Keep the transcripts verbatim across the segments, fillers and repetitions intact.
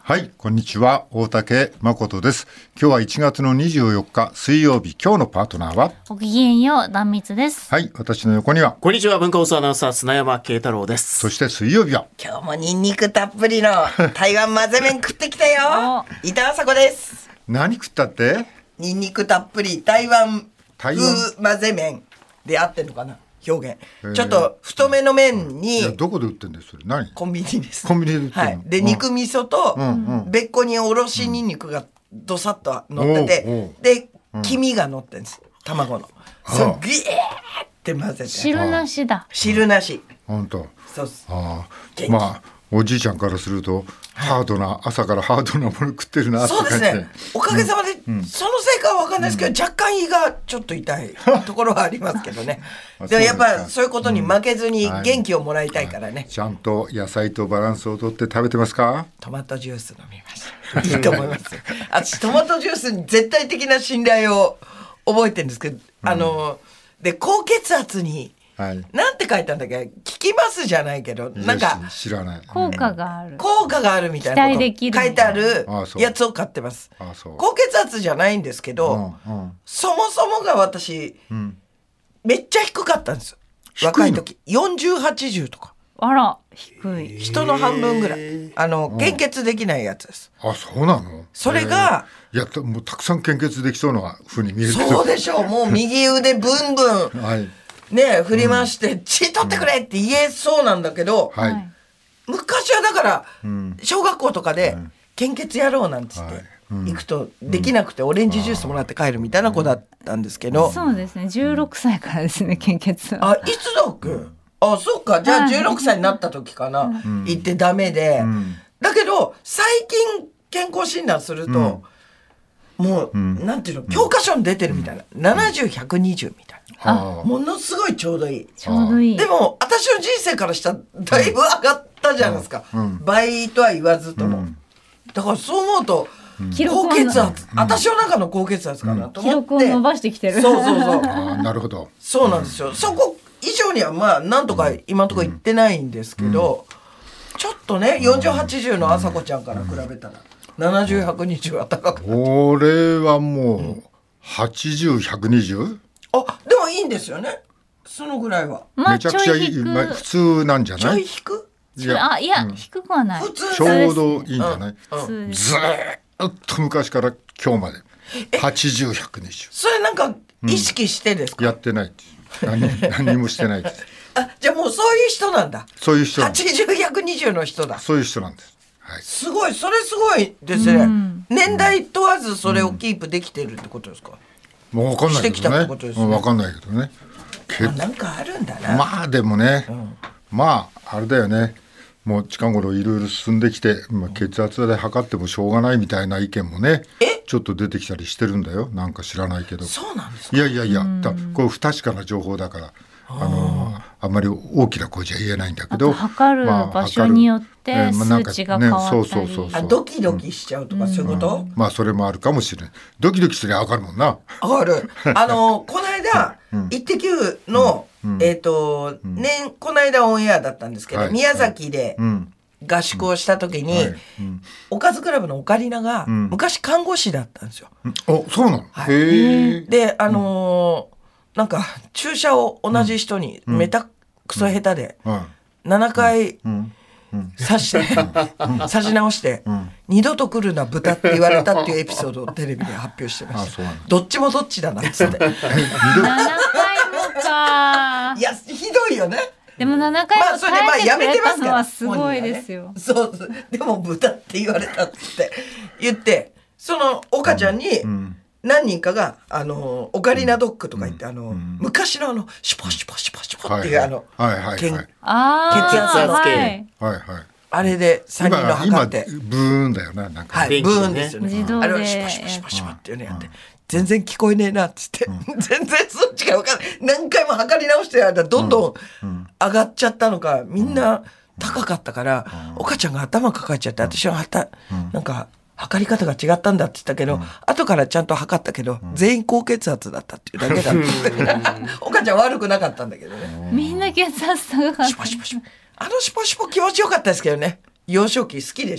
はい、こんにちは。大竹誠です。今日はいちがつのにじゅうよっか水曜日。今日のパートナーはごきげんよう、壇蜜です。 はい、私の横にはこんにちは。文化放送アナウンサー砂山慶太郎です。 そして水曜日は今日もニンニクたっぷりの台湾混ぜ麺食ってきたよ。伊田麻子です。 何食ったって？ ニンニクたっぷり台湾台風湾混ぜ麺で合ってんのかな表現。ちょっと太めの麺いやにどこで売ってんですそれ？何？ コンビニです。 コンビニで売ってんの？ はい。で、 うん肉味噌とうんうん別個におろしニンニクがどさっと乗っておうおうて、で黄身が乗ってるんです。卵の。それはあギーって混ぜて。 汁なしだ。 汁なし。 本当。 そうっす。 あ元気あ、まあおじいちゃんからするとハードな朝からハードなもの食ってるなってそうです感じね。おかげさまで、そのせいかは分かんないですけど、若干胃がちょっと痛いところはありますけどね。 あでもやっそうですかぱそういうことに負けずにはい元気をもらいたいからね。 ちゃんと野菜とバランスをとって食べてますか？ トマトジュース飲みました。いいと思いますよ。私トマトジュースに絶対的な信頼を覚えてるんですけど、あので高血圧にはい。 なんて書いたんだっけ、効きますじゃないけど、なんかいやし知らない。 効果がある。 効果があるみたいなこと期待できる書いてあるあそうやつを買ってます。 あそう。 高血圧じゃないんですけど、 うんうんそもそもが私、 んめっちゃ低かったんですよ。 低いの若い時。よんじゅう、はちじゅうとか。 あら、低い。 人の半分ぐらい。あの、献血できないやつです。 あ、そうなの？ それが、 いやたもうたくさん献血できそうな風に見えるけど。 そうでしょう。もう右腕ブンブン、 はいね、振り回して、血取ってくれって言えそうなんだけど、 はい。 はい昔はだから、小学校とかで、献血やろうなんつって、 はい行くと、できなくてオレンジジュースもらって帰るみたいな子だったんですけど、 そうですね。じゅうろくさいからですね、献血は。 あ、いつだっけ、あ、そうか。じゃあはいじゅうろくさいになった時かな。行ってダメで。だけど、最近健康診断すると、もう、なんていうの、教科書に出てるみたいな。ななじゅう、ひゃくにじゅうみたいあな。ものすごいちょうどいい。 ちょうどいい。 でも、私の人生からしたらだいぶ上がったじゃないですか。倍とは言わずとも。だからそう思うと、 記録を高血圧、私の中の高血圧かなと記思って。 録を伸ばしてきてる。 そうそうそう。 あーなるほど。 そうなんですよ。そこ以上にはまあなんとか今のところ言ってないんですけど、ちょっとねよんじゅう、はちじゅうの朝子ちゃんから比べたらななじゅう、ひゃくにじゅうは高くなる。 俺はもうはちじゅう、ひゃくにじゅう？ あ、でもいいんですよね。そのぐらいは。 まあ、 めちゃくちゃいい、 ちょい低まあ普通なんじゃちょないい？ 引く？ いやあ、いや、低くはない。 普通ちょうどいいんじゃない？ 普通です。 ずーっと昔から今日まではちじゅう、ひゃくにじゅそれなんか意識してですうか？ やってないです何何にもしてないですあ、じゃあもうそういう人なんだ。 そういう人なんですはちじゅう、ひゃくにじゅうの人だ。 そういう人なんです。はい。 すごい、それすごいですね。年代問わずそれをキープできてるってことですか？ もう分かんないけしてきたどね。 ってことですねうん分かんないけどね。けあ、なんかあるんだな。 まあでもね、まああれだよね。もう近頃いろいろ進んできて、まあ、血圧で測ってもしょうがないみたいな意見もねえちょっと出てきたりしてるんだよ。なんか知らないけど。 そうなんですか？ いやいやいや、だこれ不確かな情報だからあのあんまり大きな声じゃ言えないんだけど、 あと測るまあ場所によって測るまあなんか数値が変わったりね、そうそうそうそうあ、ドキドキしちゃうとかそういうこと？ まあそれもあるかもしれない。ドキドキすりゃ分かるもんな。 わかる。あの、この間、イッテ Q の、えっと、年、この間オンエアだったんですけど、 はい宮崎でうん合宿をした時に、 はいおかずクラブのオカリナが、昔看護師だったんですよ。 おそうなの、 はいへえ。 で、あのーなんか、注射を同じ人に、めたくそ下手で、 はななかいん刺して、刺し直して、二度と来るな豚って言われたっていうエピソードをテレビで発表してましたあそうなんだ。 どっちもどっちだなっつって。 ななかいもかい。や、ひどいよね。 でもななかいもまあ、それでまあや耐えてくれめてますから。 たのはすごいですよ。 本人はね。そうそう。でも豚って言われたっつって言って、その岡ちゃんに何人かが、あの、オカリナドッグとか言って、あの、昔のあの、シュポシュポシュポシュポっていうあの、 はいはいはいけんはいああ、 血圧圧計はい。 はいはい。 あれでさんにんの今今測って。 ブーンだよななんか。 はい、ブーンですよね。 自動であれをシュポシュポシュポシュポっていうのやって、全然聞こえねえなっつって、全然そっちが分かんない。何回も測り直してやるとどんどん上がっちゃったのか、みんな高かったから、岡ちゃんが頭抱えちゃって、私ははた、なんか、測り方が違ったんだって言ったけど、後からちゃんと測ったけど、全員高血圧だったっていうだけだった。岡ちゃん悪くなかったんだけどね。 みんな血圧高かった。 シュポシュポシュポ。あのシュポシュポ気持ちよかったですけどね。幼少期好きでしたよ。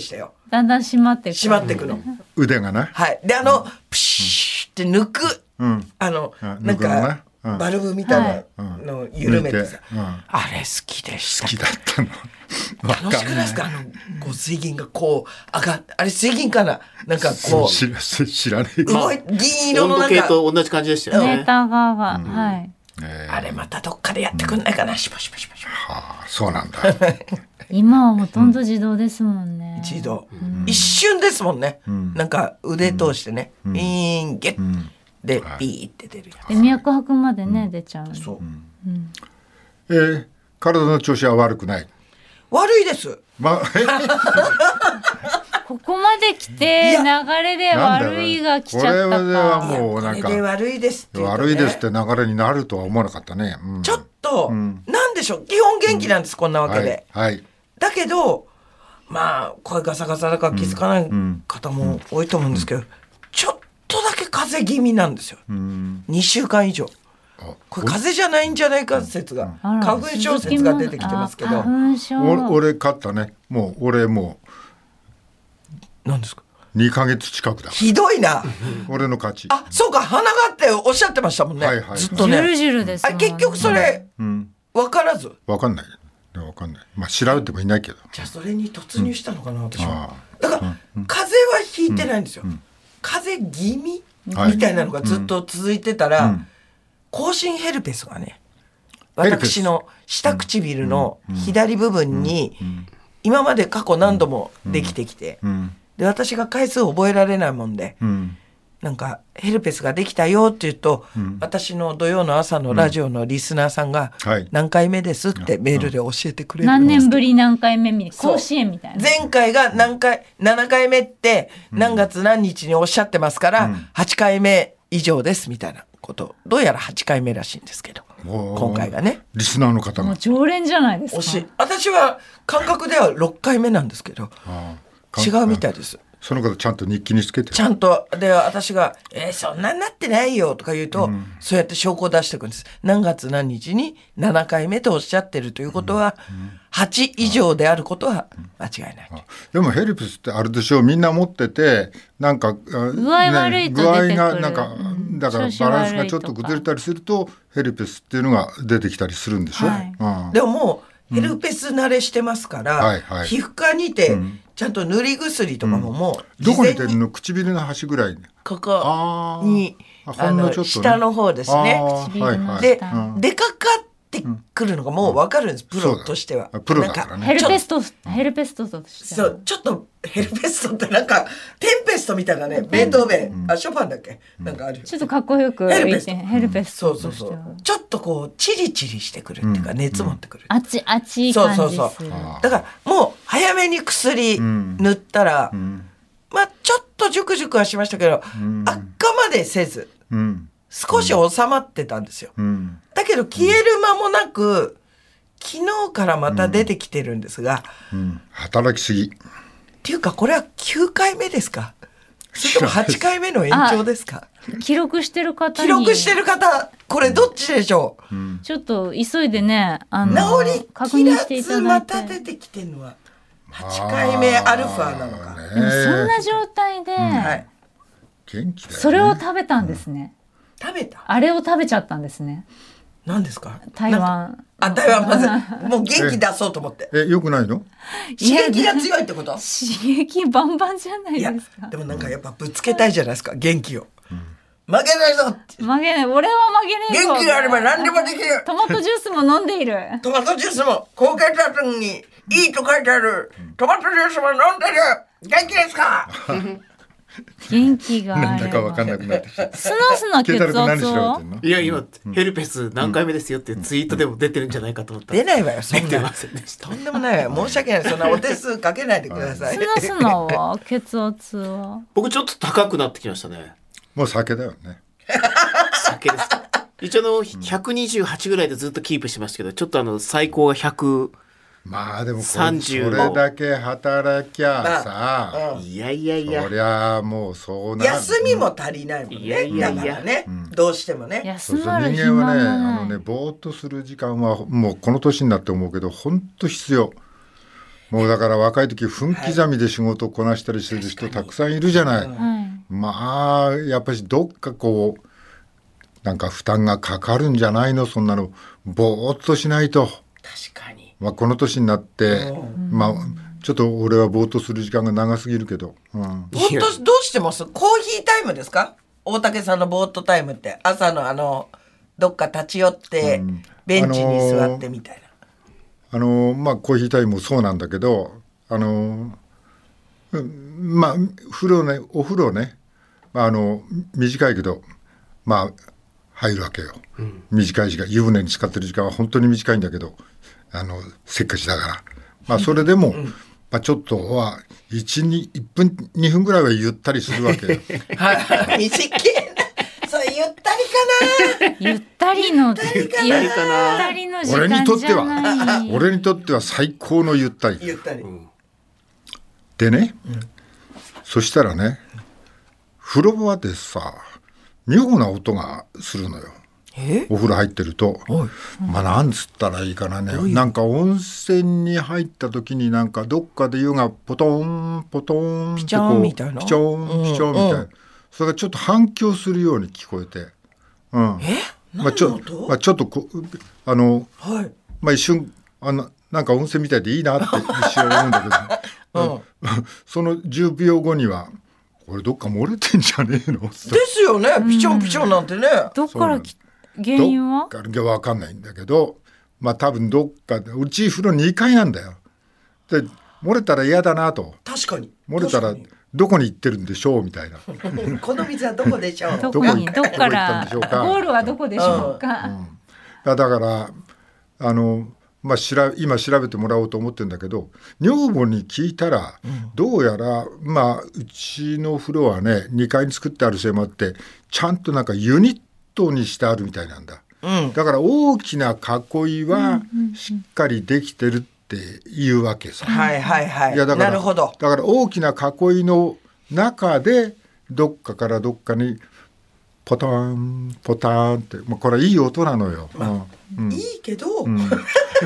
だんだん締まっていく。 締まっていくの。 腕がな。 はい。で、あの、プシーって抜く、 うん。 あの、 あなん抜くのねか、 うんバルブみたいなのを緩めてさ抜いてうん。 あれ好きでした。 好きだったの。わかん楽しくないですかあの、こう水銀がこう、上がっ、あれ水銀かななんかこ知ら知らねえう、動い、銀色温度計のなんか、 と同じ感じでしたよね。 メーター側が、はい。 えあれまたどっかでやってくんないかな、シュパシュパシュパシュパ。 はあ、そうなんだ。 今はほとんど自動ですもんね。 一度、一瞬ですもんね。なんか腕通してね、ピーン、ゲッ、で、ピーって出るやで脈拍までね、出ちゃう。 つ。そう。 えー、体の調子は悪くない。 悪いです。 ま、えここまで来て流れで悪いが来ちゃったこれはか。 もうなんかこれで悪いですっていうとね悪いですって流れになるとは思わなかったね。うん、 ちょっと、なんでしょう、基本元気なんです、こんなわけで。 はい。はい。 だけど、まあ、声ガサガサだから気づかない方も多いと思うんですけど、ちょっとだけ風邪気味なんですよ。にしゅうかん以上。 あこれ風邪じゃないんじゃないか説が、 あら花粉症説が出てきてますけど、 あ花粉症。 お俺勝ったね。もう俺も何ですかうにかげつ近くだ。 ひどいな。 俺の勝ち。 あ、そうか、鼻があっておっしゃってましたもんね。 はいはいずっとジュルね。 ジュルですもんね。 あ、結局それ、 うん。 分からず。 わかんない。わかんない。まあ調べてもいないけど。 じゃあそれに突入したのかな、私あは。だから、風邪はひいてないんですよ。風邪気味はいみたいなのがずっと続いてたら、口唇ヘルペスがね、 ヘルペス私の下唇の左部分に、今まで過去何度もできてきて、 うん。 で、私が回数を覚えられないもんで、 うん。 なんか、ヘルペスができたよって言うと、私の土曜の朝のラジオのリスナーさんが、 はい何回目ですってメールで教えてくれるんです何年ぶり何回目みたいな。 そう甲子園みたいな。 前回が何回、ななかいめって何月何日におっしゃってますから、はちかいめ以上ですみたいなこと。どうやらはちかいめらしいんですけど、 おー今回がね。 リスナーの方がもう。常連じゃないですか。 おし私は感覚ではろっかいめなんですけど、 ああ違うみたいです。 その方ちゃんと日記につけてる。 ちゃんと、で、私が、えーそんなになってないよとか言うと、そうやって証拠を出していくんです。何月何日にななかいめとおっしゃってるということは、はち以上であることは間違いない。 あでもヘルペスってあるでしょう、みんな持っててなんか具具合悪いと出てくる具合がなんか、 うんだから調子バランス悪いがちょっと崩れたりするとヘルペスっていうのが出てきたりするんでしょ、 はいうん、 でももう、ヘルペス慣れしてますから、 はいはい皮膚科にて、ちゃんと塗り薬とかももう、 どこに出る事前にの？唇の端ぐらい。 ここあに、 ああの、 ほんのちょっとね下の方ですね。 あー唇のはいはいで、 下出かかってくるのがもうわかるんです、プロとしては。 そうだプロだからねヘルペススト、ヘルペストとして。 そう、ちょっとヘルペストってなんか、テンペストみたいなね、ベートーベン、あ、ショパンだっけ、なんかあるよ。 ちょっとかっこよくヘルペスト言って、ヘルペスそうそうそうトとしては。。 ちょっとこう、チリチリしてくるっていうか、熱持ってくる。 あちあちいそう感じそうそうする。 だからもう早めに薬塗ったら、まあちょっとジュクジュクはしましたけど、悪化までせずうん少し収まってたんですよ、 うんだけど消える間もなく昨日からまた出てきてるんですが、 うん、働きすぎ。 っていうかこれはきゅうかいめですか、それともはちかいめの延長ですか。 記録してる方記に。 録してる方これどっちでしょう、 ちょっと急いでね、あの、 治り確きら認していたずまだいて。 た出てきてるのははちかいめアルファなのか、 ねでもそんな状態で、 はい、 元気だよね。 それを食べたんですね。 食べたあれを食べちゃったんですね。 何ですか台湾。 あ、台湾まず、もう元気出そうと思って。 え、よくないの？ 刺激が強いってこと？ 刺激バンバンじゃないいやですか。、 でもなんかやっぱぶつけたいじゃないですか、元気を。負けないぞって。 曲げない。俺は曲げないぞ。 元気があれば何でもできる。 トマトジュースも飲んでいる。 トマトジュースも、高血圧にいいと書いてある。トマトジュースも飲んでる。元気ですか？ 元気がなんあれば。 だかわかんなくなってきた。 スノスの血ケイタル君何圧を調べてんの？ いや、今、ヘルペス何回目ですよってツイートでも出てるんじゃないかと思ったら。 出ないわよ、そんな出てま。せんでした。 とんでもないわよ。申し訳ない。そんなお手数かけないでください。 スノスのは血圧は僕ちょっと高くなってきましたね。 もう酒だよね。 酒です。一応あのひゃくにじゅうはちぐらいでずっとキープしてましたけど、ちょっとあの最高がひゃく。 まあでもこれさんじゅうそれだけ働きゃさ、 いやいやいやそ。りゃもうそうなる。 休みも足りないもんね。 いやいやいやだからね、どうしてもね。 そうそう休まる人暇も間はね、あない。 のね、ぼーっとする時間はもうこの年になって思うけど、本当必要。 もうだから若い時分刻みで仕事をこなしたりする人たくさんいるじゃない、 はい。 まあやっぱりどっかこうなんか負担がかかるんじゃないの、そんなのぼーっとしないと。 確かに。 まあ、この年になって、まあちょっと俺はぼーっとする時間が長すぎるけど、うん、 ぼーっとどうしてます？コーヒータイムですか？大竹さんのぼーっとタイムって朝のあのどっか立ち寄って、うん、ベンチに座ってみたいな。 あのー、まあコーヒータイムもそうなんだけど、あのー、まあ風呂ね、お風呂ね、まあ、あの短いけどまあ入るわけよ、うん、短い時間、湯船に浸かってる時間は本当に短いんだけど、あのせっかちだから、まあそれでも、うんまあ、ちょっとはいち、にいっぷんにふんぐらいはゆったりするわけよ。 はい、短いな。それゆったりかな。 ゆったりのゆったりかな。 俺にとっては俺にとっては最高のゆったり。 ゆったり。 でね、うん、そしたらね、風呂場でさ、妙な音がするのよ。お風呂入ってると、まあなんつったらいいかなね、なんか温泉に入った時になんかどっかで湯がポトンポトンってこうピチョンピチョンピチョンみたいな、それがちょっと反響するように聞こえて、うん、 えまあちょまあちょっとこあの、はい、まあ一瞬あのなんか温泉みたいでいいなって一瞬思うんだけど、うん、そのじゅうびょうごにはこれどっか漏れてんじゃねえのですよね、ピチョンピチョンなんてね、 どっから来原因はどっか分かんないんだけど、まあ多分どっかでうち風呂にかいなんだよ。で漏れたら嫌だなと。 確かに漏れたらどこに行ってるんでしょうみたいな。 この水はどこでしょう。 どこにどっからゴールはどこでしょうか。うんうん、 だからあの、まあ、しら今調べてもらおうと思ってるんだけど、女房に聞いたら、うん、どうやら、まあ、うちの風呂はねにかいに作ってあるせいもあってちゃんとなんかユニットにしてあるみたいなんだ、うん、だから大きな囲いはしっかりできてるっていうわけさ、 うんうんうん、はいはいはい、いやだからなるほど、 だから大きな囲いの中でどっかからどっかにポタンポタンって、まあ、これはいい音なのよ、まあうん、いいけど、うん、そんな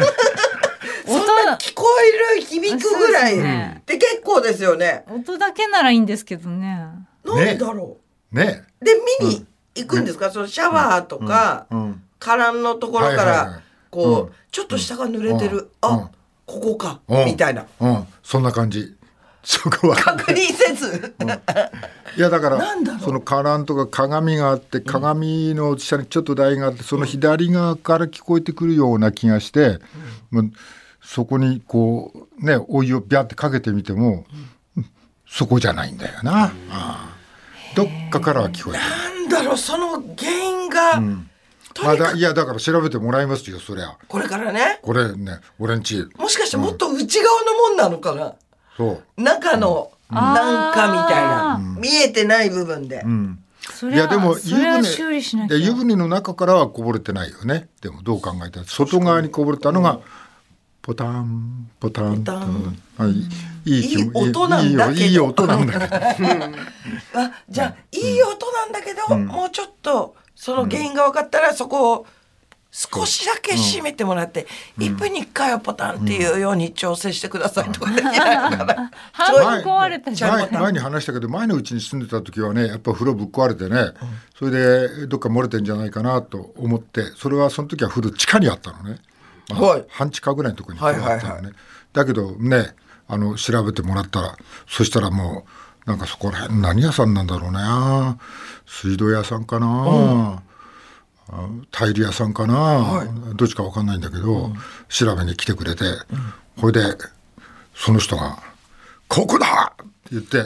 聞こえる響くぐらいって結構ですよね。 音だけならいいんですけどね。 なんだろうね, ねで見に、うん行くんですか、ね、そのシャワーとか、うんうん、カランのところからこう、はいはいはい、ちょっと下が濡れてる、うん、あ、うん、ここか、うん、みたいな、 うん、そんな感じ。そこは確認せず、うん、いやだからそのカランとか鏡があって鏡の下にちょっと台があって、その左側から聞こえてくるような気がして、うん、そこにこうねお湯をビャってかけてみても、うん、そこじゃないんだよな、うん、あどっかからは聞こえてる。 なんだろうその原因が、うんまあ、だいやだから調べてもらいますよそりゃ。 これからね。 これね俺んちもしかしてもっと内側のもんなのかな、うん、 そう中のなんかみたいな、うん、見えてない部分で、うん、 それは、いやでも湯船で湯船の中からはこぼれてないよね。でもどう考えたら外側にこぼれたのがポタンポタンポタン、はい、いいいい音なんだけどいい音なんだけどあじゃあいい音なんだけど、うん、もうちょっとその原因が分かったら、うん、そこを少しだけ閉めてもらって、うん、いっぷんにいっかいはポタンっていうように調整してくださいとかできないのかな。 半分壊れたじゃん。 前, 前に話したけど前のうちに住んでた時はねやっぱ風呂ぶっ壊れてね、うん、それでどっか漏れてんじゃないかなと思って、それはその時は風呂地下にあったのね、まあはい、半地下ぐらいのところにあったのね、はいはいはい、だけどねあの調べてもらったらそしたらもうなんかそこら辺何屋さんなんだろうね、水道屋さんかな、うん、タイル屋さんかな、はい、どっちか分かんないんだけど、うん、調べに来てくれて、うん、これでその人がここだって言って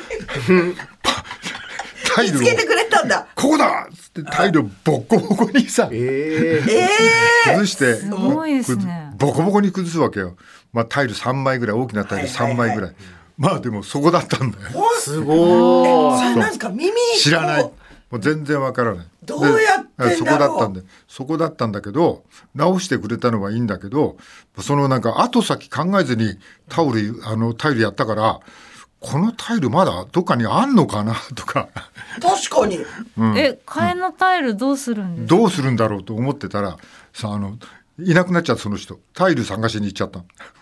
タイルを見つけてくれたんだ。 ここだっつってタイルをボコボコにさ、えー、崩してすごいですね、 ボコボコに崩すわけよ、まあ、タイルさんまいぐらい大きなタイルさんまいぐらい、はいはいはい、まあでもそこだったんだよ。 すごい。それなんですか耳知らない、もう全然わからない。 どうやってんだろう。 そこだったんでそこだったんだけど直してくれたのはいいんだけど、そのなんか後先考えずにタオルあのタイルやったから、このタイルまだどっかにあんのかなとか確かに、 うん、え替えのタイルどうするんですか、 どうするんだろうと思ってたらさ、あのいなくなっちゃった、その人タイル探しに行っちゃった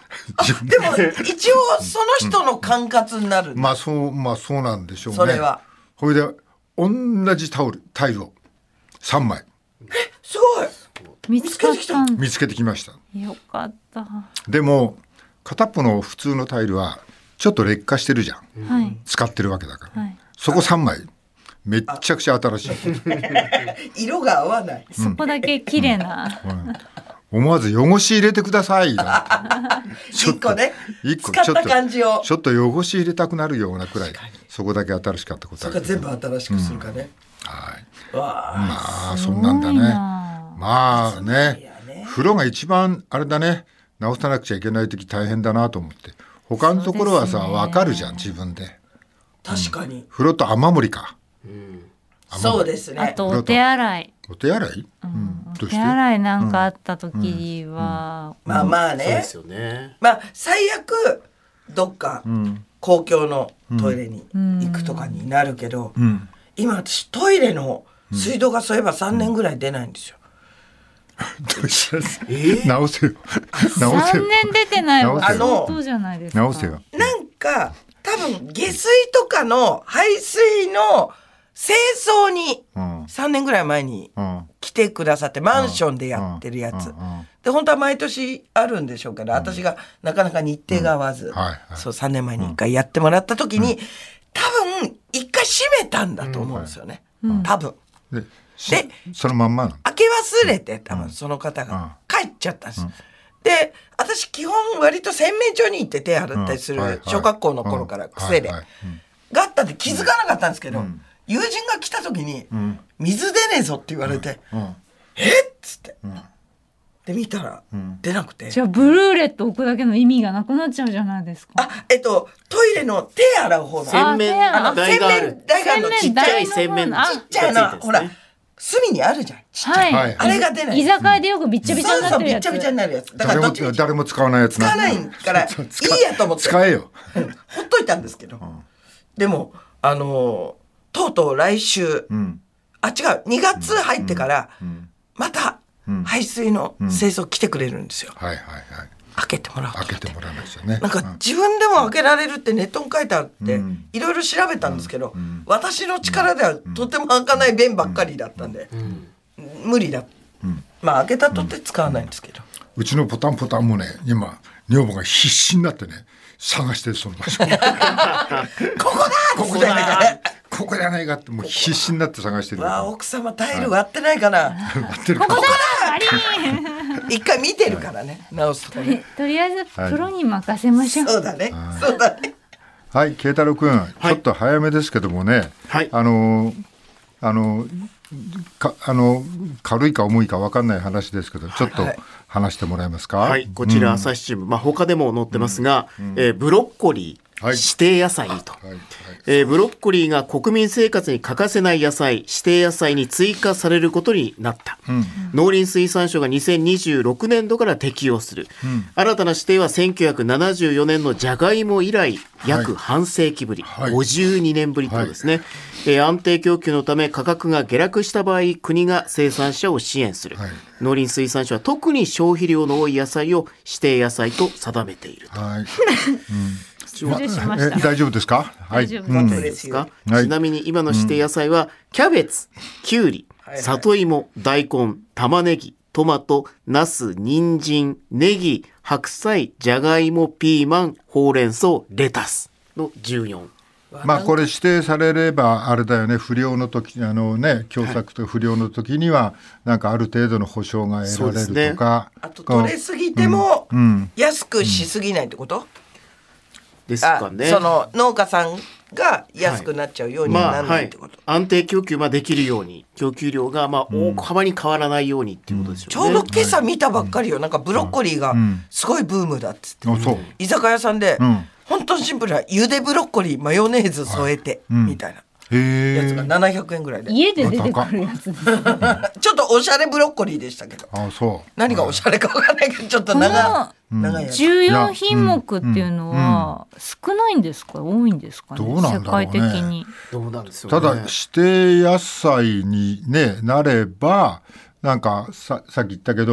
でも一応その人の管轄になる、 うん、まあそうまあそうなんでしょうね。 それはそれで同じタオルタイルをさんまいえすごい見つかったん見つけてきました。 よかった。 でも片っぽの普通のタイルはちょっと劣化してるじゃん、 はい、 使ってるわけだから、はい、そこさんまいめっちゃくちゃ新しい色が合わない、 うん、そこだけ綺麗な、 うん、思わず汚し入れてください一個ね一個使った感じをちょっと汚し入れたくなるようなくらいそこだけ新しかったことある。 そこ全部新しくするかね、 うん、はい。 わまあそんなんだね。まあね風呂が一番あれだね直さなくちゃいけない時大変だなと思って。他のところはさ、ね、分かるじゃん自分で。 確かに、うん、 風呂と雨漏りか、 うん、そうですね。 あとお手洗いお手洗い、 うんうん、お手洗いなんかあった時は、 うんうん、まあまあね、 そうですよね。 まあ最悪どっか公共のトイレに行くとかになるけど、うんうん、今私トイレの水道がそういえばさんねんぐらい出ないんですよ。 どうした、えー、直せよ直せよ。 さんねん出てないわ相当じゃないですか。 直せよ。 なんか多分下水とかの排水の清掃にさんねんぐらい前に来てくださってマンションでやってるやつで本当は毎年あるんでしょうけど私がなかなか日程が合わずそうさんねんまえにいっかいやってもらった時に多分いっかい閉めたんだと思うんですよね多分。 でそのまんま開け忘れて多分その方が帰っちゃったんです、うんうん、で私基本割と洗面所に行って手洗ったりする、うんはいはい、小学校の頃から癖で、うんはいはいうん、があったんで気づかなかったんですけど、うん、友人が来た時に、うん、水出ねえぞって言われて、うんうん、えっつって、うん、で見たら、うん、出なくてじゃあブルーレット置くだけの意味がなくなっちゃうじゃないですか。 あえっとトイレの手洗う方の洗面台がある台があるのちっちゃい洗面ちっちゃいのほら隅にあるじゃんちっちゃい、はい、あれが出ない。 居酒屋でよくビッチャビチャになってるやつ。 そうそうビッチャビチャになるやつ。だからどっち誰も誰も使わないやつ使わないからいいやと思って使えよほっといたんですけど、うん、でもあのー、とうとう来週、うん、あ違うにがつ入ってからまた排水の清掃来てくれるんですよ、 うんうん、はいはいはい開けてもらう開けてもらいましたね。 なんか自分でも開けられるってネットに書いてあっていろいろ調べたんですけど、うん、私の力ではとても開かない弁ばっかりだったんで、うん、無理だ、うん、まあ開けたとって使わないんですけど、 うちのポタンポタンもね今女房が必死になってね探してるその場所ここだここじゃないかねここじゃないかってもう必死になって探してる。 わ奥様タイル割ってないかな、 割ってるかここだ一回見てるからね、はい、直すとかねと, とりあえずプロに任せましょう、 はい、そうだねそうだね。 はい慶太郎くん、はい、ちょっと早めですけどもね、はい、あのあのかあの軽いか重いか分かんない話ですけどちょっと話してもらえますか。 はい、はい、こちら朝日新聞、うんまあ、他でも載ってますが、うんえー、ブロッコリーはい、指定野菜にと、はいはいえー、ブロッコリーが国民生活に欠かせない野菜指定野菜に追加されることになった、うん、農林水産省がにせんにじゅうろくねんどから適用する、うん、新たな指定はせんきゅうひゃくななじゅうよねんのじゃがいも以来約半世紀ぶり、はい、ごじゅうにねんぶりとですね、はいえー、安定供給のため価格が下落した場合国が生産者を支援する、はい、農林水産省は特に消費量の多い野菜を指定野菜と定めていると、はいうん失礼しました。 え大丈夫ですか。 大丈夫ですか、うん、ちなみに今の指定野菜は、うん、キャベツ、キュウリ、里芋、大根、玉ねぎ、トマト、ナス、人参、ネギ、白菜、じゃがいも、ピーマン、ほうれん草、レタスのじゅうよん。 まあこれ指定されればあれだよね不良の時あのね凶作と不良の時にはなんかある程度の保証が得られるとか、 ね、あと取れすぎても安くしすぎないってこと、うんうんですかね、 その農家さんが安くなっちゃうようにならないってこと、 まあはい、安定供給ができるように供給量がまあ大幅に変わらないようにっていうことですよね、 うん、ちょうど今朝見たばっかりよ、なんかブロッコリーがすごいブームだっつって、うん、居酒屋さんで、うん、本当にシンプルな茹でブロッコリーマヨネーズ添えて、はい、みたいなやつがななひゃくえんぐらいで家で出てくるやつですちょっとおしゃれブロッコリーでしたけどあそう何がおしゃれか分かんないけどちょっと長い長いやつじゅうよん品目っていうのは少ないんですか、多いんですかね、 どうなんだろうね、 世界的にどうなんですよね。 ただ指定野菜に、ね、なればなんか さ, さっき言ったけど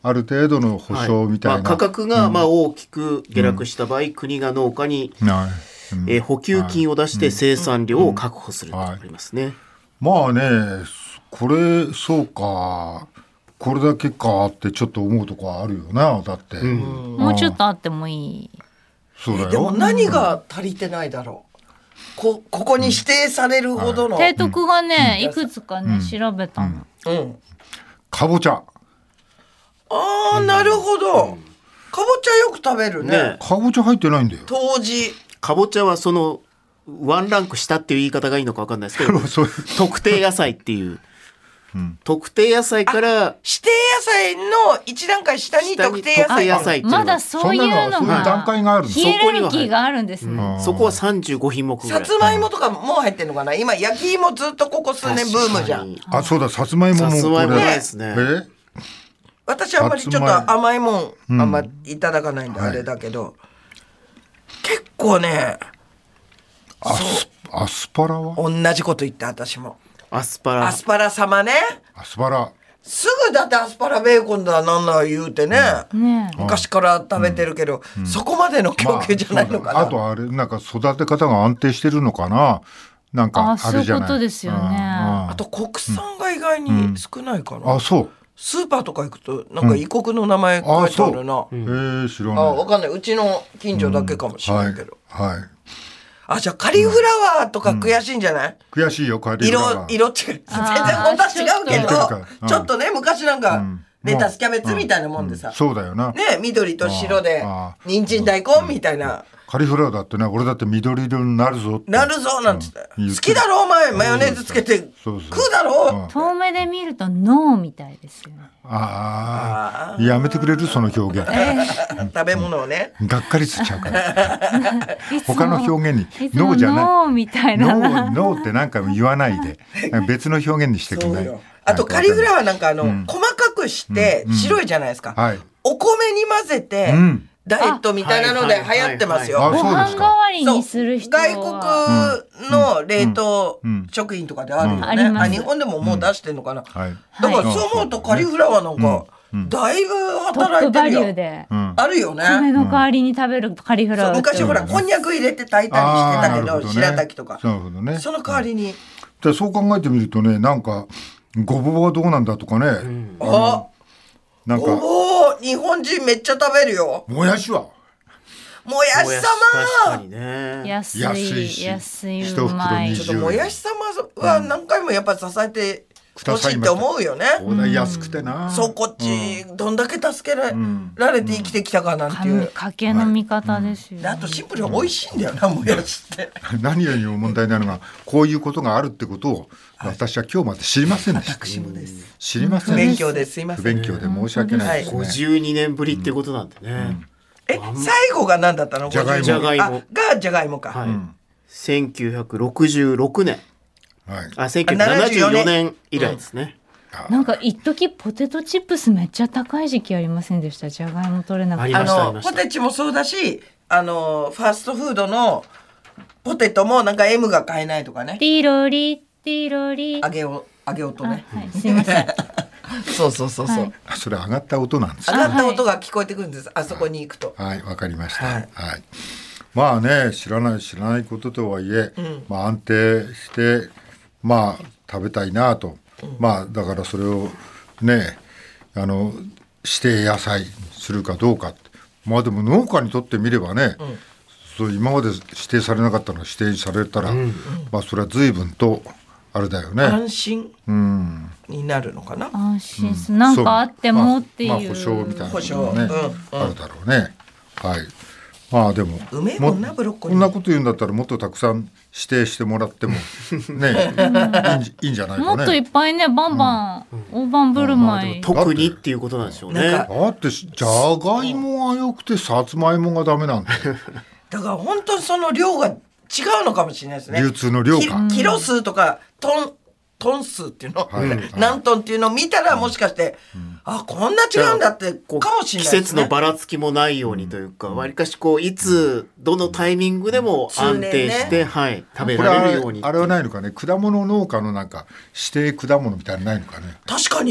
ある程度の保証みたいな、 はいまあ、価格がまあ大きく下落した場合、うん、国が農家に、うんえー、補給金を出して生産量を確保するとありますね、うんはい、まあねこれそうかこれだけかってちょっと思うとこはあるよなだって、うん、 もうちょっとあってもいい。 そうだよ。 でも何が足りてないだろう。こ, ここに指定されるほどの、 提督がね、うん、いくつかね、うん、調べたの、 うんうん、 かぼちゃあーなるほど、うん、かぼちゃよく食べる ね, ねかぼちゃ入ってないんだよ。 当時かぼちゃはそのワンランク下っていう言い方がいいのか分かんないですけど特定野菜っていううん、特定野菜から指定野菜の一段階下に特定野菜野菜まだそういうのが段階があるヒエラルキーがあるんですね、 うん、そこはさんじゅうごひんもくぐらい。 さつまいもとかも入ってんのかな。今焼き芋ずっとここ数年ブームじゃん。 あそうださつまいももさつまいもないですね。 え私あんまりちょっと甘いもんあんまいただかないんであれだけど、はい、結構ねアス、アスパラは同じこと言って私もアスパラアスパラ様ね。 アスパラすぐだってアスパラベーコンだなんだ言うてね、うん、昔から食べてるけど、うん、そこまでの供給じゃないのかな、 まあ、あとあれなんか育て方が安定してるのかななんかあれじゃない。あそういうことですよね。 あと国産が意外に少ないかな、うん、 あそうスーパーとか行くとなんか異国の名前書いてあるな、 うん、へえ知らない。 あ分かんない。うちの近所だけかもしれないけど、 うん、はい、はいあじゃあカリフラワーとか悔しいんじゃない、 うん、悔しいよカリフラワー色色違う全然本当は違うけどちょ,、うん、ちょっとね昔なんか、うん、レタスキャベツみたいなもんでさ、 うん、そうだよなね緑と白で人参大根みたいな、 カリフラワーだってね俺だって緑色になるぞってなるぞなんつって、うん、好きだろお前マヨネーズつけて食うだろ。 遠目で見るとノーみたいですよね。 ああやめてくれるその表現、 えー、食べ物をねがっかりしちゃうから他の表現にノーじゃないノーみたいなノー、ノーってなんか言わないで別の表現にしてくれない。 あとカリフラワーなんかあの、うん、細かくして白いじゃないですか、うんうんはい、お米に混ぜて、うんダイエットみたいなので流行ってますよ。 ご飯代わりにする人は外国の冷凍食品とかであるよね、うんうん、あ日本でももう出してんのかな、うんはい、だからそう思うとカリフラワーなんかだいぶ働いてるよ、 であるよね。 米の代わりに食べるカリフラワー、 昔ほらこんにゃく入れて炊いたりしてたけど、ね、白滝とかなるほど、ね、その代わりに、 うん、そう考えてみるとねなんかごぼうはどうなんだとかね、うん、 あなんかごぼう日本人めっちゃ食べるよ。 もやしはもやし様確かにね安い安いし安いうまい。 ちょっともやし様は何回もやっぱり支えてほしいって思うよね、 うん、安くてなそうこっち、うん、どんだけ助けられて生きてきたかなんていう、うん、 家計の味方ですよ、 はい、あとシンプルに美味しいんだよな、うん、もやしって何よりも問題なのがこういうことがあるってことを私は今日まで知りませんでした。 私もです。 知りませんでした。不勉強ですいません。 不勉強で申し訳ないですね。 ごじゅうにねんぶりってことなんでね、うんえ最後が何だったの？ じゃがいも。じゃがいもがじゃがいもか、 はいうん、せんきゅうひゃくろくじゅうろくねん、はい、あせんきゅうひゃくななじゅうよねん以来ですね、 うん、なんか一時ポテトチップスめっちゃ高い時期ありませんでした？じゃがいも取れなくて。 ありましたあのポテチもそうだしあのファーストフードのポテトもなんか M が買えないとかね。 ティロリティロリ揚げお揚げ音ね、 はい、すいませんそうそうそうそう、はい、 それ上がった音なんですね。上がった音が聞こえてくるんです、あそこに行くと。 はいわ、はい、かりました、はいはい、まあね知らない知らないこととはいえ、うんまあ、安定してまあ食べたいなと、うん、まあだからそれをねあの指定野菜するかどうかまあでも農家にとってみればね、うん、そう今まで指定されなかったのが指定されたら、うんうん、まあそれは随分とあれだよね。 安心になるのかな。 安心す、うん、なんかあってもっていう、まあまあ、 保証みたいなのがね、うんうん、あるだろうね。はい。まあでもうめえもんなブロッコリー。 こんなこと言うんだったらもっとたくさん指定してもらってもねいいんじゃないかね。 もっといっぱいねバンバン、うん、大盤振る舞い、 まあ、特にっていうことなんでしょうね。 だってじゃがいもが良くてさつまいもがダメなんだよだから本当にその量が違うのかもしれないですね。 流通の量かキ, キロ数とかトントン数っていうの、はい、何トンっていうのを見たらもしかして、うん、あこんな違うんだってかもしれないですね。 季節のばらつきもないようにというか、わりかしこういつどのタイミングでも安定して、ねはい、食べられるように。 あれはないのかね果物農家のなんか指定果物みたいなのないのかね。 確かに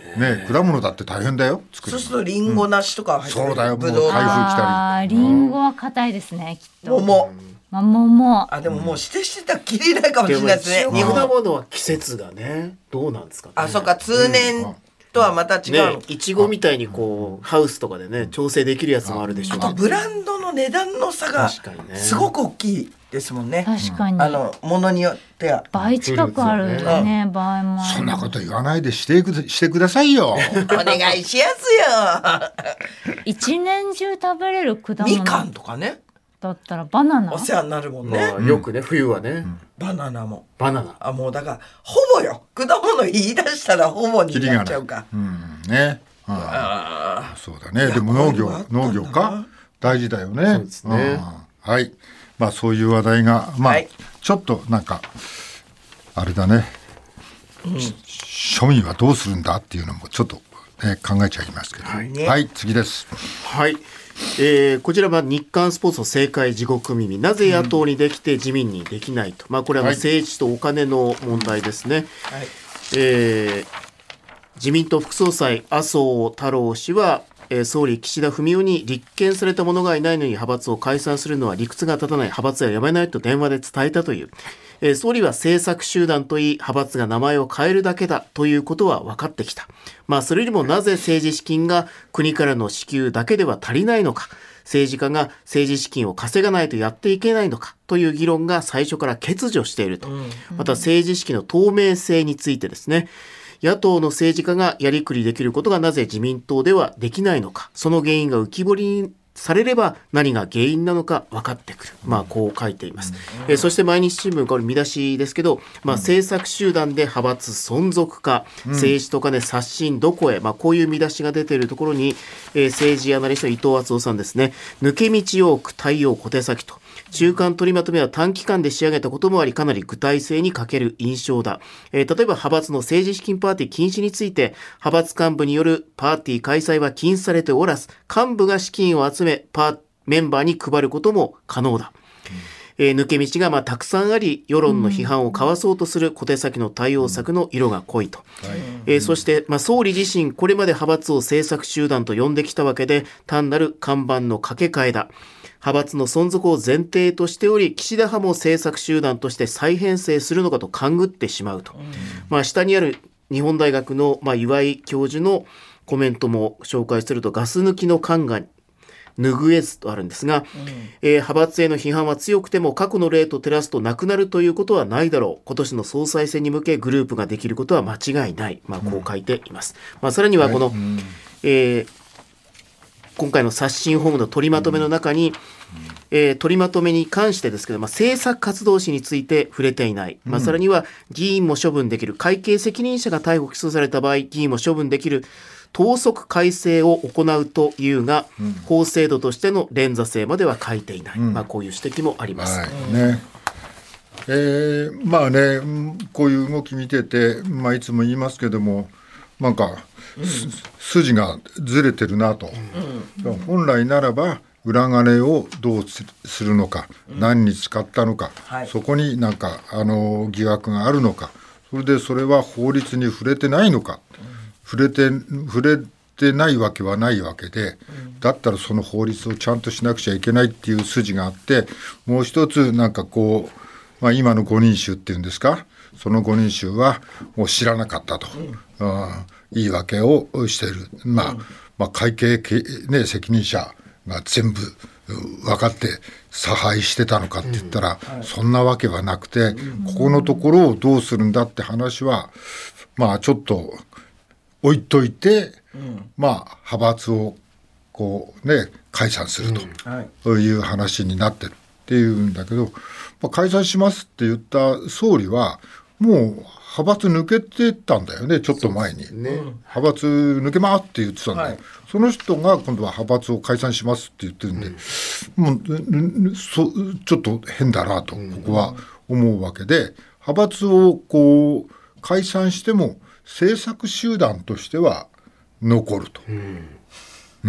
ね、果物だって大変だよ作る。 そうするとリンゴ梨とか入ってる、 うん、そうだよ、もう台ぶどう風来たり。リンゴは硬いですね、きっと。 桃。 まあ、桃。 あ、でももうしてしてたらきりないかもしれないですね。 日本果物は季節がね、どうなんですかね。 あ、そうか、通年とはまた違うの。 いちごみたいにこうハウスとかでね調整できるやつもあるでしょう。 あとブランドの値段の差がすごく大きいですもんね。 確かに。 あのものによっては倍近くあるね、場合も。 そんなこと言わないでしてくしてくださいよ。 お願いしやすよ。 一年中食べれる果物。 みかんとかね。 だったらバナナ。 お世話になるもんね。 まあ、よくね冬はね、うん、 バナナも。 バナナ。 あ、もうだからほぼよ。果物言い出したらほぼになっちゃうか。 うんね。ああ、そうだね。でも農業農業か大事だよね。 そうですね。 はい。まあそういう話題がまあ、はい、ちょっとなんかあれだね。うん、庶民はどうするんだっていうのもちょっと、ね、考えちゃいますけど。はい、ね、はい、次です。 はい。えー、こちらは日刊スポーツの政界地獄耳、なぜ野党にできて自民にできないと、うん、まあ、これは政治とお金の問題ですね。はい、えー、自民党副総裁麻生太郎氏は、えー、総理岸田文雄に立件された者がいないのに派閥を解散するのは理屈が立たない、派閥はやめないと電話で伝えたという。えー、総理は政策集団といい派閥が名前を変えるだけだということは分かってきた。まあそれよりもなぜ政治資金が国からの支給だけでは足りないのか、政治家が政治資金を稼がないとやっていけないのかという議論が最初から欠如していると。また政治資金の透明性についてですね、野党の政治家がやりくりできることがなぜ自民党ではできないのか、その原因が浮き彫りにされれば何が原因なのか分かってくる、まあこう書いています。うん、えそして毎日新聞、これ見出しですけど、まあ、政策集団で派閥存続か、うん、政治と金刷新どこへ、まあ、こういう見出しが出ているところに、えー、政治アナリスト伊藤敦夫さんですね、抜け道多く対応小手先と、中間取りまとめは短期間で仕上げたこともあり、かなり具体性に欠ける印象だ。えー、例えば派閥の政治資金パーティー禁止について、派閥幹部によるパーティー開催は禁止されておらず、幹部が資金を集めパーメンバーに配ることも可能だ。うん、えー、抜け道がまあたくさんあり、世論の批判をかわそうとする小手先の対応策の色が濃いと。うん、はい、えー、そしてまあ総理自身これまで派閥を政策集団と呼んできたわけで、単なる看板の掛け替えだ。派閥の存続を前提としており、岸田派も政策集団として再編成するのかと勘ぐってしまうと。うん、まあ、下にある日本大学のまあ岩井教授のコメントも紹介すると、ガス抜きの缶が拭えずとあるんですが、うん、えー、派閥への批判は強くても過去の例と照らすとなくなるということはないだろう。今年の総裁選に向けグループができることは間違いない、まあ、こう書いています。うん、まあ、さらにはこの、はい、うん、えー今回の刷新本部の取りまとめの中に、うん、えー、取りまとめに関してですけど、まあ、政策活動費について触れていない、まあ、さらには議員も処分できる、会計責任者が逮捕起訴された場合議員も処分できる党則改正を行うというが、うん、法制度としての連座制までは書いていない、うん、まあ、こういう指摘もあります。 はい、ね、えー、まあね、こういう動き見てて、まあ、いつも言いますけども、なんか、うん、筋がずれてるなと、うん、本来ならば裏金をどうするのか、うん、何に使ったのか、はい、そこになんかあの疑惑があるのか、それでそれは法律に触れてないのか、うん、触れて触れてないわけはないわけで、うん、だったらその法律をちゃんとしなくちゃいけないっていう筋があって、もう一つなんかこう、まあ、今の五人衆っていうんですか、その五人衆はもう知らなかったと、うん、言い訳をしている、まあうんまあ、会計、ね、責任者が全部分かって差配してたのかって言ったら、うんはい、そんなわけはなくて、うん、ここのところをどうするんだって話は、まあ、ちょっと置いといて、うん、まあ、派閥をこう、ね、解散するという話になってるっていうんだけど、まあ、解散しますって言った総理はもう派閥抜けてたんだよね、ちょっと前に、ね、派閥抜けますって言ってたんで、はい、その人が今度は派閥を解散しますって言ってるんで、うん、もうそちょっと変だなとここは思うわけで、派閥をこう解散しても政策集団としては残ると、うんうんうん、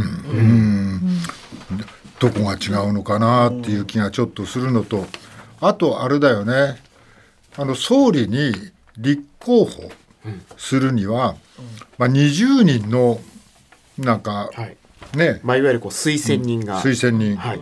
どこが違うのかなっていう気がちょっとするのと、あとあれだよね、あの総理に立候補するには、まあ、にじゅうにんのなんか、はい、ね、 まあ、いわゆるこう推薦人が、 うん、推薦人、 はい、うん、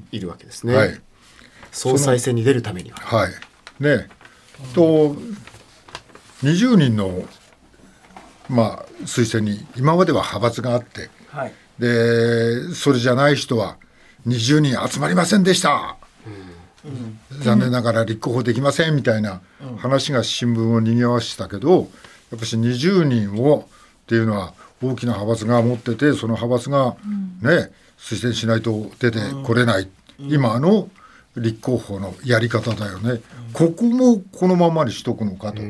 いるわけですね、 はい、 総裁選に出るためには、 はいね、とにじゅうにんの、まあ、推薦人、今までは派閥があって、はい、でそれじゃない人はにじゅうにん集まりませんでした、うん、残念ながら立候補できませんみたいな話が新聞を賑わしたけど、やっぱしにじゅうにんをっていうのは大きな派閥が持ってて、その派閥が、ね、推薦しないと出てこれない、うん、今の立候補のやり方だよね、うん、ここもこのままにしとくのかと、うん、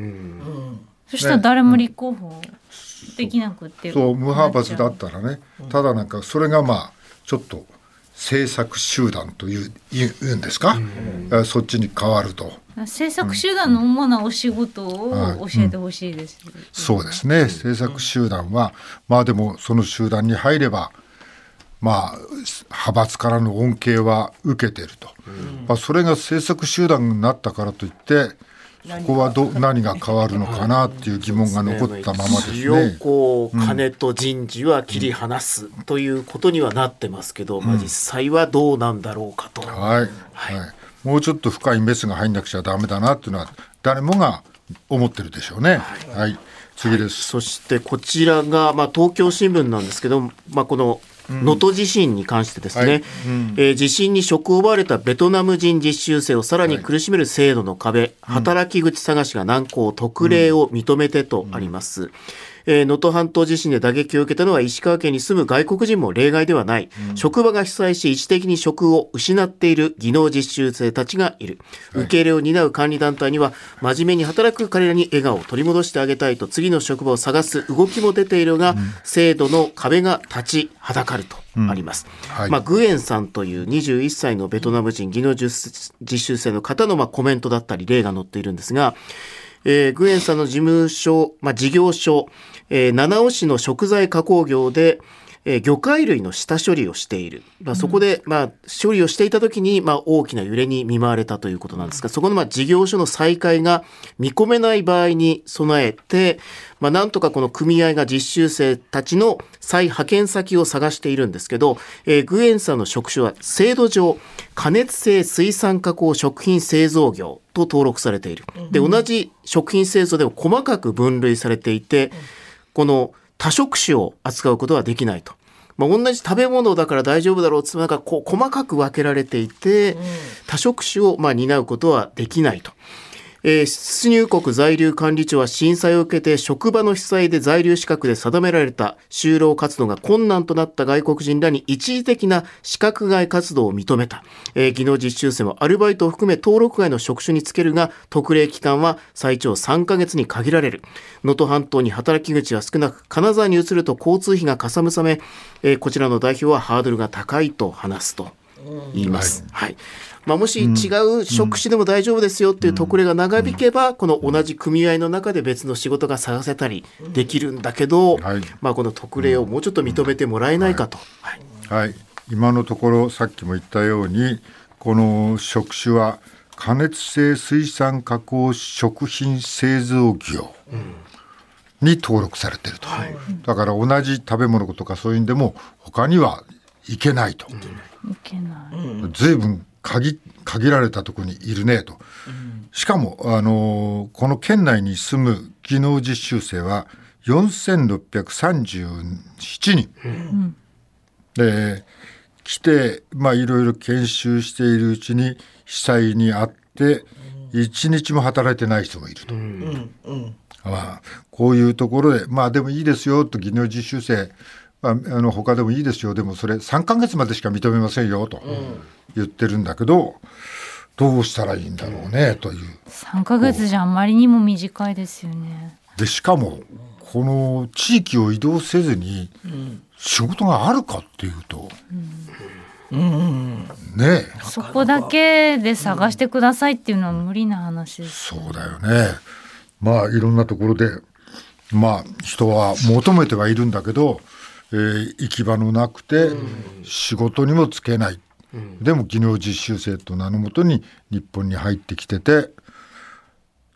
そしたら誰も立候補できなくって、 ね、そう、無派閥だったらね、ただなんかそれがまあちょっと政策集団という言うんですか、うん、そっちに変わると、 政策集団の主なお仕事を教えてほしいです、 うんうん、そうですね、政策集団は、まあでもその集団に入れば、まあ、派閥からの恩恵は受けていると、うんまあ、それが政策集団になったからといってそこはど何が変わるのかなっていう疑問が残ったままですね。 一応こう金と人事は切り離すということにはなってますけど、うんまあ、実際はどうなんだろうかと、 はいはいはい、もうちょっと深いメスが入んなくちゃダメだなっていうのは誰もが思ってるでしょうね。はい、はい、次です。 そしてこちらが、まあ、東京新聞なんですけど、まあ、この能登地震に関してですね、はいうんえー、地震に職を奪われたベトナム人実習生をさらに苦しめる制度の壁、はい、働き口探しが難航、特例を認めてとあります。うんえー、能登半島地震で打撃を受けたのは石川県に住む外国人も例外ではない、うん、職場が被災し一時的に職を失っている技能実習生たちがいる、はい、受け入れを担う管理団体には真面目に働く彼らに笑顔を取り戻してあげたいと次の職場を探す動きも出ているが、うん、制度の壁が立ちはだかるとあります、うんはいまあ、グエンさんというにじゅういっさいのベトナム人技能実習生の方のまあコメントだったり例が載っているんですが、えー、グエンさんの事務所、まあ、事業所、えー、七尾市の食材加工業で、えー、魚介類の下処理をしている、まあ、そこで、まあ、処理をしていた時に、まあ、大きな揺れに見舞われたということなんですが、そこの、まあ、事業所の再開が見込めない場合に備えて、まあ、なんとかこの組合が実習生たちの再派遣先を探しているんですけど、えー、グエンさんの職種は制度上加熱性水産加工食品製造業と登録されている。で、同じ食品製造でも細かく分類されていて、この多職種を扱うことはできないと。まあ、同じ食べ物だから大丈夫だろうってなんかこう細かく分けられていて、多職種をまあ担うことはできないと。えー、出入国在留管理庁は審査を受けて職場の被災で在留資格で定められた就労活動が困難となった外国人らに一時的な資格外活動を認めた、えー、技能実習生もアルバイトを含め登録外の職種に就けるが特例期間は最長さんかげつに限られる。能登半島に働き口は少なく金沢に移ると交通費がかさむため、えー、こちらの代表はハードルが高いと話すと言います、うんはいはいまあ、もし違う職種でも大丈夫ですよっていう特例が長引けば、この同じ組合の中で別の仕事が探せたりできるんだけど、はいまあ、この特例をもうちょっと認めてもらえないかと、 はいはいはい、今のところさっきも言ったようにこの職種は加熱性水産加工食品製造業に登録されていると、はい、だから同じ食べ物とかそういうんでも他にはいけないと、 うん、いけない、 随分限, 限られたところにいるねと、うん、しかも、あのー、この県内に住む技能実習生はよんせんろっぴゃくさんじゅうななにん、うん、で来て、まあ、いろいろ研修しているうちに被災にあって一日も働いてない人もいると、うんうんまあ、こういうところで、まあ、でもいいですよと技能実習生あの他でもいいですよ、でもそれさんかげつまでしか認めませんよと言ってるんだけど、どうしたらいいんだろうねという。 さんかげつじゃあんまりにも短いですよね。 でしかもこの地域を移動せずに仕事があるかっていうと、うんうんね、 そこだけで探してくださいっていうのは無理な話です、 ね、そうだよね。まあいろんなところで、まあ、人は求めてはいるんだけどえー、行き場のなくて仕事にも就けない、うん、でも技能実習生と名のもとに日本に入ってきてて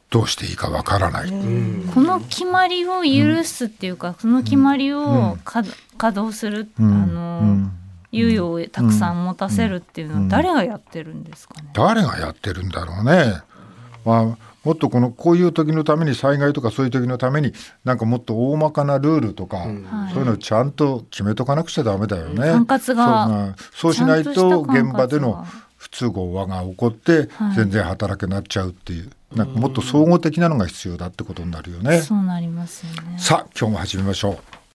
どうしていいかわからない、うん、 この決まりを許すっていうか、うん、その決まりを稼働する、うん、あの、うん猶予をたくさん持たせるっていうのは誰がやってるんですかね。 誰がやってるんだろうね。まあ、もっとこのこういう時のために災害とかそういう時のためになんかもっと大まかなルールとか、うん、そういうのをちゃんと決めとかなくちゃダメだよね。 管轄がそう、そうしないと現場での不都合が起こって全然働けなっちゃうっていう、はい、なんかもっと総合的なのが必要だってことになるよね。 そうなりますよね。 さあ今日も始めましょう。